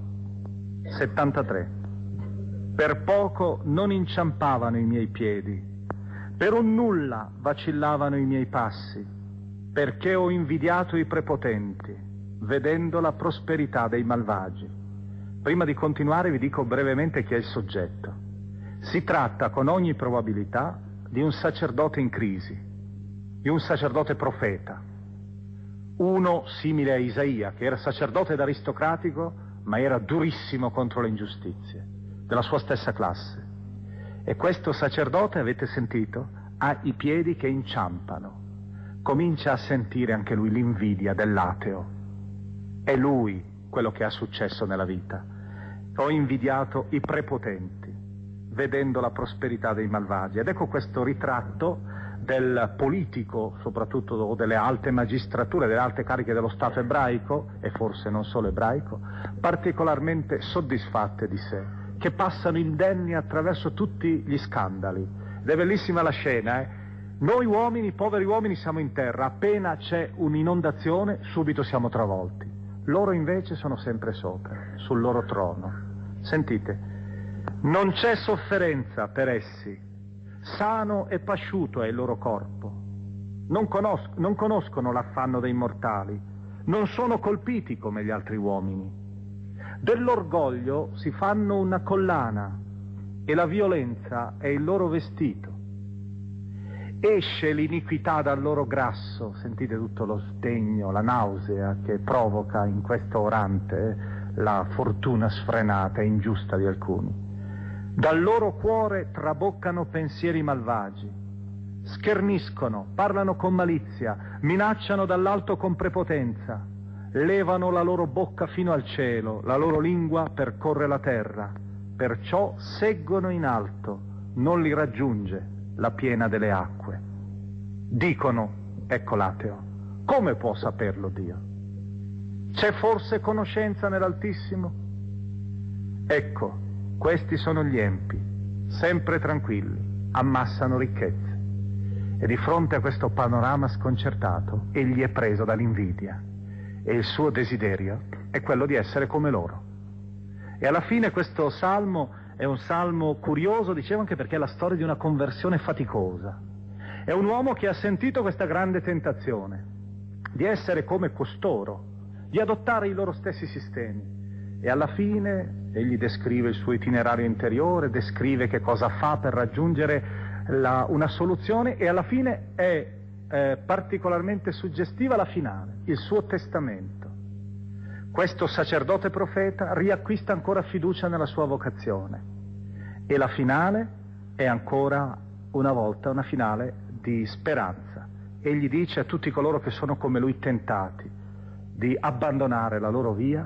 73. Per poco non inciampavano i miei piedi, per un nulla vacillavano i miei passi, perché ho invidiato i prepotenti, vedendo la prosperità dei malvagi. Prima di continuare vi dico brevemente chi è il soggetto. Si tratta con ogni probabilità di un sacerdote in crisi, di un sacerdote profeta, uno simile a Isaia, che era sacerdote ed aristocratico, ma era durissimo contro le ingiustizie, della sua stessa classe. E questo sacerdote, avete sentito, ha i piedi che inciampano. Comincia a sentire anche lui l'invidia dell'ateo. È lui quello che ha successo nella vita. Ho invidiato i prepotenti, vedendo la prosperità dei malvagi. Ed ecco questo ritratto del politico, soprattutto, o delle alte magistrature, delle alte cariche dello Stato ebraico, e forse non solo ebraico, particolarmente soddisfatte di sé, che passano indenni attraverso tutti gli scandali. Ed è bellissima la scena, Noi uomini, poveri uomini, siamo in terra, appena c'è un'inondazione, subito siamo travolti. Loro invece sono sempre sopra, sul loro trono. Sentite, non c'è sofferenza per essi, sano e pasciuto è il loro corpo. Non conoscono l'affanno dei mortali, non sono colpiti come gli altri uomini. Dell'orgoglio si fanno una collana e la violenza è il loro vestito. Esce l'iniquità dal loro grasso, sentite tutto lo sdegno, la nausea che provoca in questo orante la fortuna sfrenata e ingiusta di alcuni. Dal loro cuore traboccano pensieri malvagi, scherniscono, parlano con malizia, minacciano dall'alto con prepotenza, levano la loro bocca fino al cielo, la loro lingua percorre la terra, perciò seggono in alto, non li raggiunge la piena delle acque. Dicono, ecco l'ateo, come può saperlo Dio? C'è forse conoscenza nell'Altissimo? Ecco, questi sono gli empi, sempre tranquilli, ammassano ricchezze. E di fronte a questo panorama sconcertato, egli è preso dall'invidia e il suo desiderio è quello di essere come loro. E alla fine questo salmo è un salmo curioso, dicevo, anche perché è la storia di una conversione faticosa. È un uomo che ha sentito questa grande tentazione di essere come costoro, di adottare i loro stessi sistemi. E alla fine egli descrive il suo itinerario interiore, descrive che cosa fa per raggiungere una soluzione, e alla fine è particolarmente suggestiva la finale, il suo testamento. Questo sacerdote profeta riacquista ancora fiducia nella sua vocazione, e la finale è ancora una volta una finale di speranza. Egli dice a tutti coloro che sono come lui tentati di abbandonare la loro via,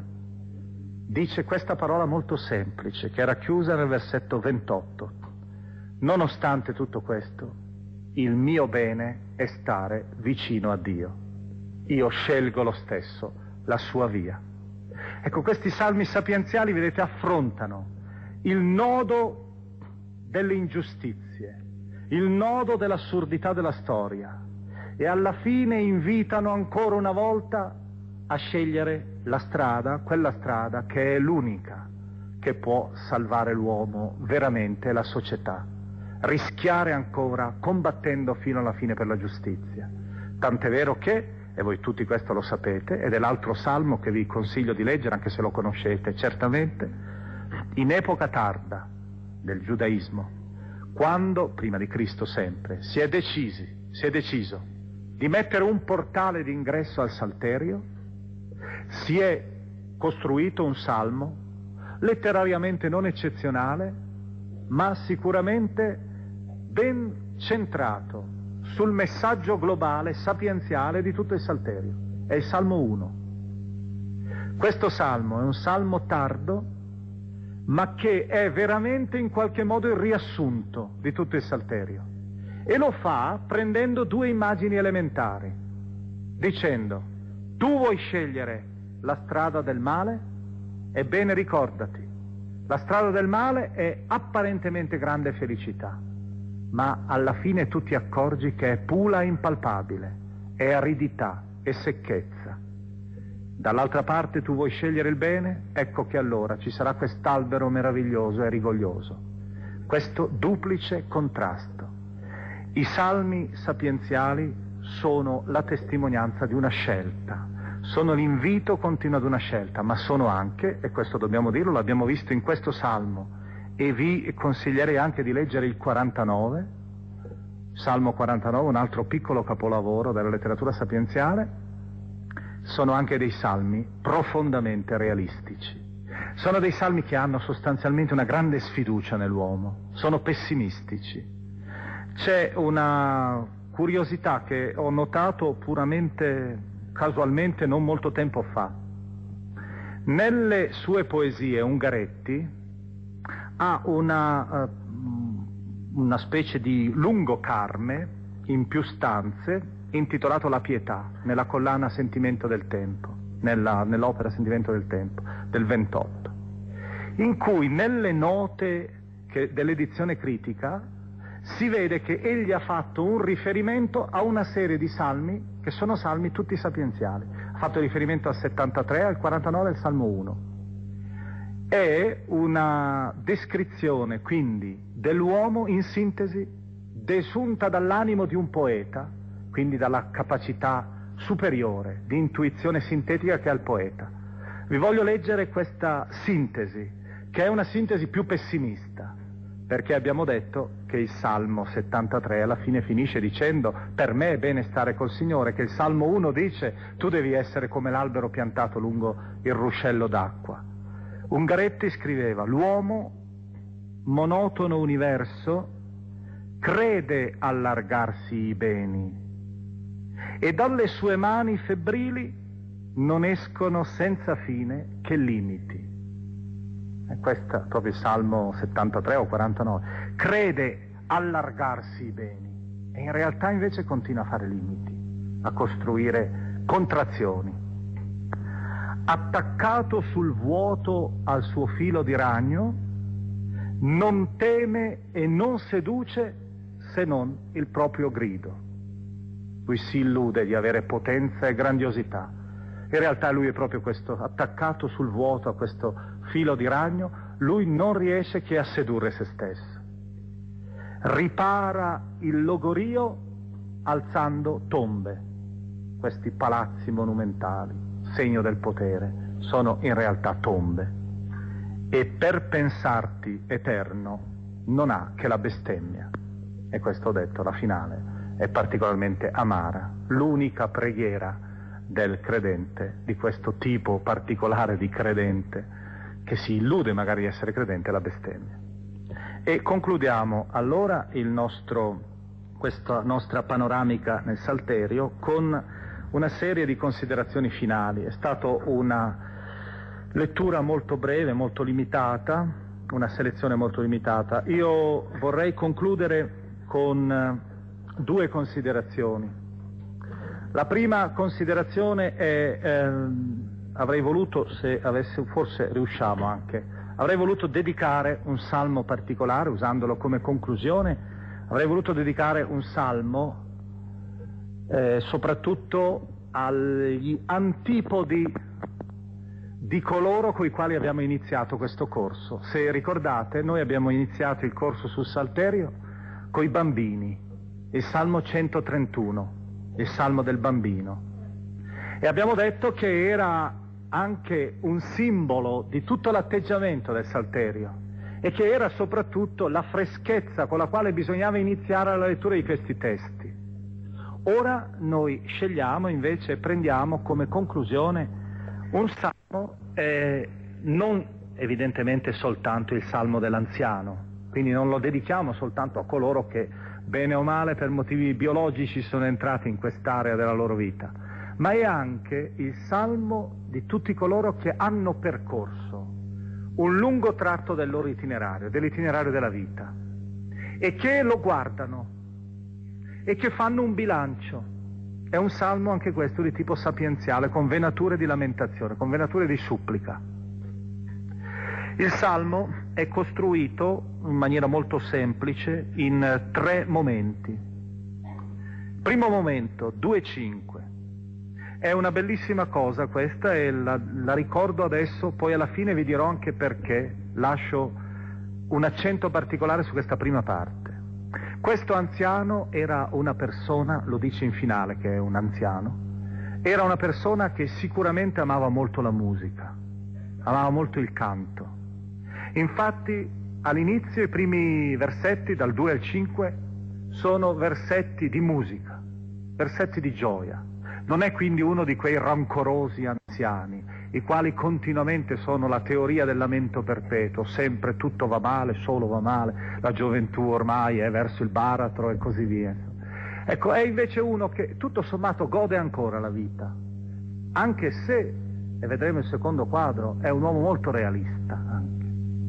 dice questa parola molto semplice che è racchiusa nel versetto 28: nonostante tutto questo, il mio bene è stare vicino a Dio. Io scelgo lo stesso la sua via. Ecco, questi salmi sapienziali, vedete, affrontano il nodo delle ingiustizie, il nodo dell'assurdità della storia, e alla fine invitano ancora una volta a scegliere la strada, quella strada che è l'unica che può salvare l'uomo veramente e la società. Rischiare ancora combattendo fino alla fine per la giustizia. Tant'è vero che, e voi tutti questo lo sapete, ed è l'altro salmo che vi consiglio di leggere, anche se lo conoscete certamente, in epoca tarda del giudaismo, quando, prima di Cristo sempre, si è deciso di mettere un portale d'ingresso al Salterio, si è costruito un salmo letterariamente non eccezionale, ma sicuramente ben centrato sul messaggio globale, sapienziale di tutto il Salterio. È il Salmo 1. Questo salmo è un salmo tardo, ma che è veramente in qualche modo il riassunto di tutto il Salterio. E lo fa prendendo due immagini elementari, dicendo: tu vuoi scegliere la strada del male? Ebbene ricordati, la strada del male è apparentemente grande felicità, ma alla fine tu ti accorgi che è pula e impalpabile, è aridità e secchezza. Dall'altra parte tu vuoi scegliere il bene? Ecco che allora ci sarà quest'albero meraviglioso e rigoglioso. Questo duplice contrasto. I salmi sapienziali sono la testimonianza di una scelta, sono l'invito continuo ad una scelta, ma sono anche, e questo dobbiamo dirlo, l'abbiamo visto in questo salmo, e vi consiglierei anche di leggere il 49, Salmo 49, un altro piccolo capolavoro della letteratura sapienziale. Sono anche dei salmi profondamente realistici. Sono dei salmi che hanno sostanzialmente una grande sfiducia nell'uomo, sono pessimistici. C'è una curiosità che ho notato puramente casualmente non molto tempo fa. Nelle sue poesie Ungaretti ha una specie di lungo carme in più stanze intitolato La Pietà, nella collana Sentimento del Tempo, nell'opera Sentimento del Tempo del 28, in cui nelle note dell'edizione critica si vede che egli ha fatto un riferimento a una serie di salmi che sono salmi tutti sapienziali. Ha fatto riferimento al 73, al 49 e al Salmo 1. È una descrizione quindi dell'uomo in sintesi desunta dall'animo di un poeta, quindi dalla capacità superiore di intuizione sintetica che ha il poeta. Vi voglio leggere questa sintesi, che è una sintesi più pessimista, perché abbiamo detto che il Salmo 73 alla fine finisce dicendo: per me è bene stare col Signore, che il Salmo 1 dice: tu devi essere come l'albero piantato lungo il ruscello d'acqua. Ungaretti scriveva: l'uomo, monotono universo, crede allargarsi i beni e dalle sue mani febbrili non escono senza fine che limiti. E questo è proprio il Salmo 73 o 49. Crede allargarsi i beni e in realtà invece continua a fare limiti, a costruire contrazioni. Attaccato sul vuoto al suo filo di ragno, non teme e non seduce se non il proprio grido. Lui si illude di avere potenza e grandiosità. In realtà lui è proprio questo, attaccato sul vuoto a questo filo di ragno, lui non riesce che a sedurre se stesso. Ripara il logorio alzando tombe. Questi palazzi monumentali, segno del potere, sono in realtà tombe. E per pensarti eterno non ha che la bestemmia. E questo ho detto, la finale è particolarmente amara, l'unica preghiera del credente, di questo tipo particolare di credente, che si illude magari di essere credente, è la bestemmia. E concludiamo allora questa nostra panoramica nel Salterio con una serie di considerazioni finali. È stata una lettura molto breve, molto limitata, una selezione molto limitata. Io vorrei concludere con due considerazioni. La prima considerazione è, avrei voluto, se avessi, forse riusciamo anche, avrei voluto dedicare un salmo particolare, usandolo come conclusione, avrei voluto dedicare un salmo soprattutto agli antipodi di coloro con i quali abbiamo iniziato questo corso. Se ricordate, noi abbiamo iniziato il corso sul Salterio coi bambini, il Salmo 131, il Salmo del bambino, e abbiamo detto che era anche un simbolo di tutto l'atteggiamento del Salterio e che era soprattutto la freschezza con la quale bisognava iniziare la lettura di questi testi. Ora noi scegliamo invece, prendiamo come conclusione un salmo, non evidentemente soltanto il salmo dell'anziano, quindi non lo dedichiamo soltanto a coloro che bene o male per motivi biologici sono entrati in quest'area della loro vita, ma è anche il salmo di tutti coloro che hanno percorso un lungo tratto del loro itinerario, dell'itinerario della vita, e che lo guardano e che fanno un bilancio. È un salmo anche questo di tipo sapienziale, con venature di lamentazione, con venature di supplica. Il salmo è costruito in maniera molto semplice in 3 momenti. Primo momento, 2-5. È una bellissima cosa questa e la ricordo adesso, poi alla fine vi dirò anche perché lascio un accento particolare su questa prima parte. Questo anziano era una persona, lo dice in finale che è un anziano, era una persona che sicuramente amava molto la musica, amava molto il canto. Infatti all'inizio i primi versetti, dal 2 al 5, sono versetti di musica, versetti di gioia. Non è quindi uno di quei rancorosi anziani, i quali continuamente sono la teoria del lamento perpetuo, sempre tutto va male, solo va male, la gioventù ormai è verso il baratro e così via. Ecco, è invece uno che tutto sommato gode ancora la vita, anche se, e vedremo il secondo quadro, è un uomo molto realista anche.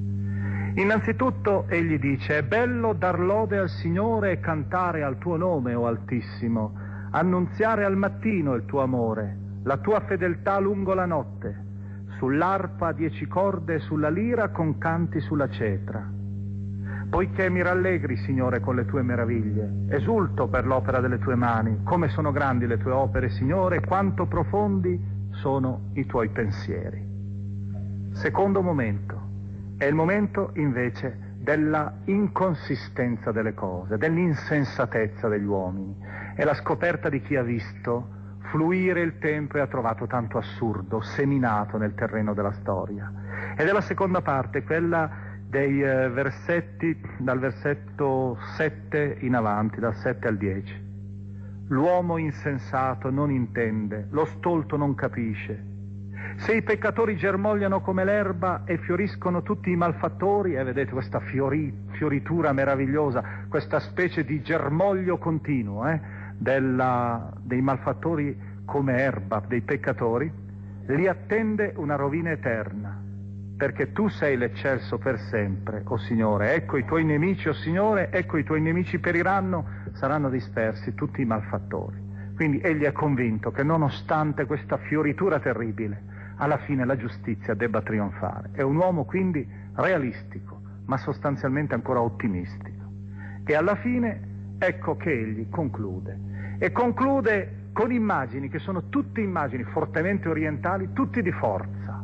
Innanzitutto egli dice: è bello dar lode al Signore e cantare al tuo nome, o Altissimo, annunziare al mattino il tuo amore, la tua fedeltà lungo la notte, sull'arpa a 10 corde e sulla lira con canti sulla cetra. Poiché mi rallegri, Signore, con le tue meraviglie, esulto per l'opera delle tue mani, come sono grandi le tue opere, Signore, quanto profondi sono i tuoi pensieri. Secondo momento, è il momento invece della inconsistenza delle cose, dell'insensatezza degli uomini. È la scoperta di chi ha visto fluire il tempo e ha trovato tanto assurdo seminato nel terreno della storia. Ed è la seconda parte, quella dei versetti, dal versetto 7 in avanti, dal 7 al 10. L'uomo insensato non intende, lo stolto non capisce. Se i peccatori germogliano come l'erba e fioriscono tutti i malfattori, e vedete questa fioritura meravigliosa, questa specie di germoglio continuo dei malfattori come erba, dei peccatori, li attende una rovina eterna, perché tu sei l'eccelso per sempre, o Signore. Ecco i tuoi nemici, o Signore, ecco i tuoi nemici periranno, saranno dispersi tutti i malfattori. Quindi egli è convinto che nonostante questa fioritura terribile, alla fine la giustizia debba trionfare. È un uomo quindi realistico, ma sostanzialmente ancora ottimistico. E alla fine ecco che egli conclude. E conclude con immagini che sono tutte immagini fortemente orientali, tutti di forza.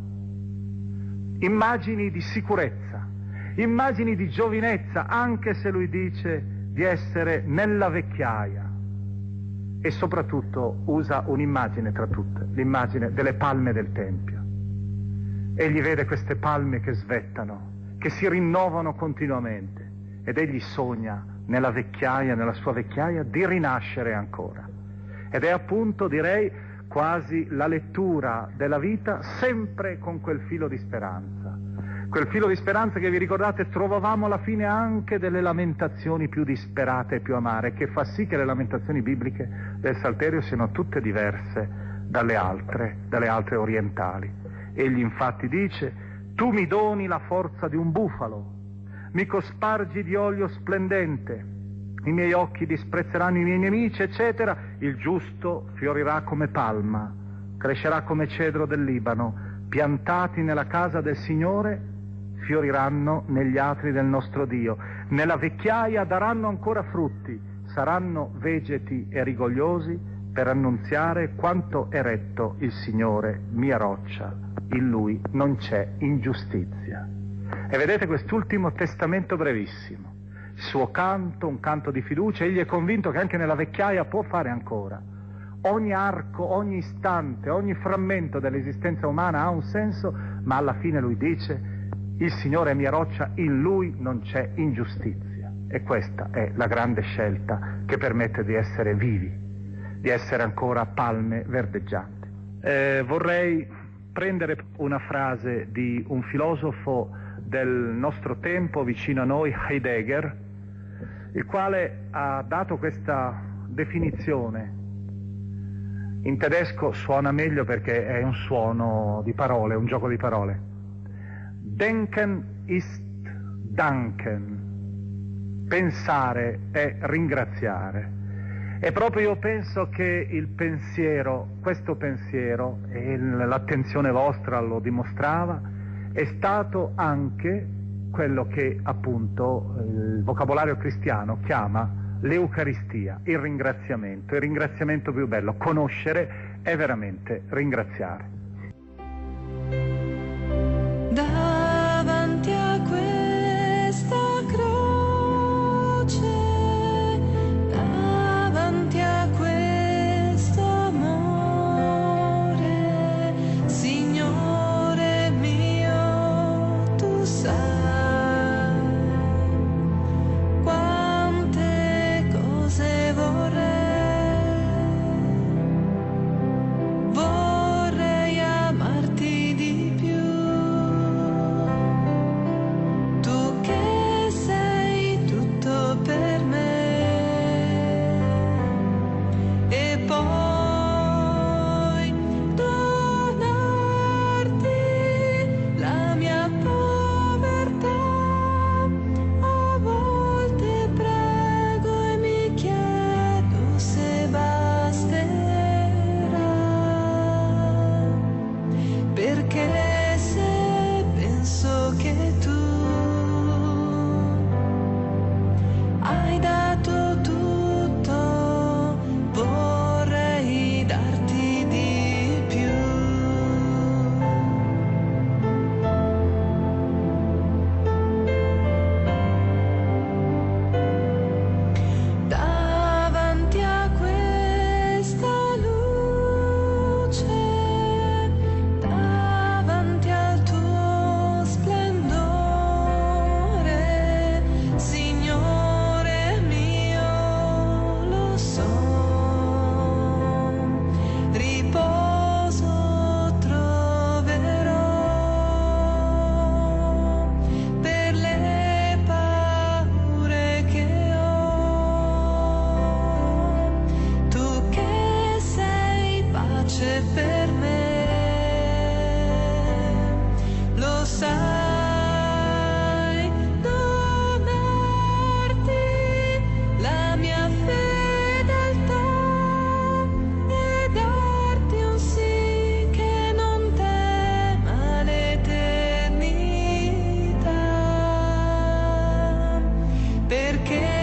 Immagini di sicurezza, immagini di giovinezza, anche se lui dice di essere nella vecchiaia. E soprattutto usa un'immagine tra tutte, l'immagine delle palme del Tempio. Egli vede queste palme che svettano, che si rinnovano continuamente, ed egli sogna nella vecchiaia, nella sua vecchiaia, di rinascere ancora. Ed è appunto, direi, quasi la lettura della vita sempre con quel filo di speranza. Quel filo di speranza che, vi ricordate, trovavamo alla fine anche delle lamentazioni più disperate e più amare, che fa sì che le lamentazioni bibliche del Salterio siano tutte diverse dalle altre orientali. Egli infatti dice: tu mi doni la forza di un bufalo, mi cospargi di olio splendente, i miei occhi disprezzeranno i miei nemici, eccetera. Il giusto fiorirà come palma, crescerà come cedro del Libano, piantati nella casa del Signore, fioriranno negli atri del nostro Dio. Nella vecchiaia daranno ancora frutti, saranno vegeti e rigogliosi per annunziare quanto è retto il Signore, mia roccia, in Lui non c'è ingiustizia. E vedete quest'ultimo testamento brevissimo, il suo canto, un canto di fiducia. Egli è convinto che anche nella vecchiaia può fare ancora. Ogni arco, ogni istante, ogni frammento dell'esistenza umana ha un senso, ma alla fine lui dice: il Signore è mia roccia, in Lui non c'è ingiustizia. E questa è la grande scelta che permette di essere vivi, di essere ancora palme verdeggianti. Vorrei prendere una frase di un filosofo del nostro tempo vicino a noi, Heidegger, il quale ha dato questa definizione. In tedesco suona meglio perché è un suono di parole, un gioco di parole. Denken ist danken. Pensare è ringraziare. E proprio io penso che il pensiero, questo pensiero, e l'attenzione vostra lo dimostrava, è stato anche quello che appunto il vocabolario cristiano chiama l'Eucaristia, il ringraziamento più bello. Conoscere è veramente ringraziare. Davanti a questa croce, davanti a questo amore, Signore mio, tu sai quante cose vorrei amarti di più. perché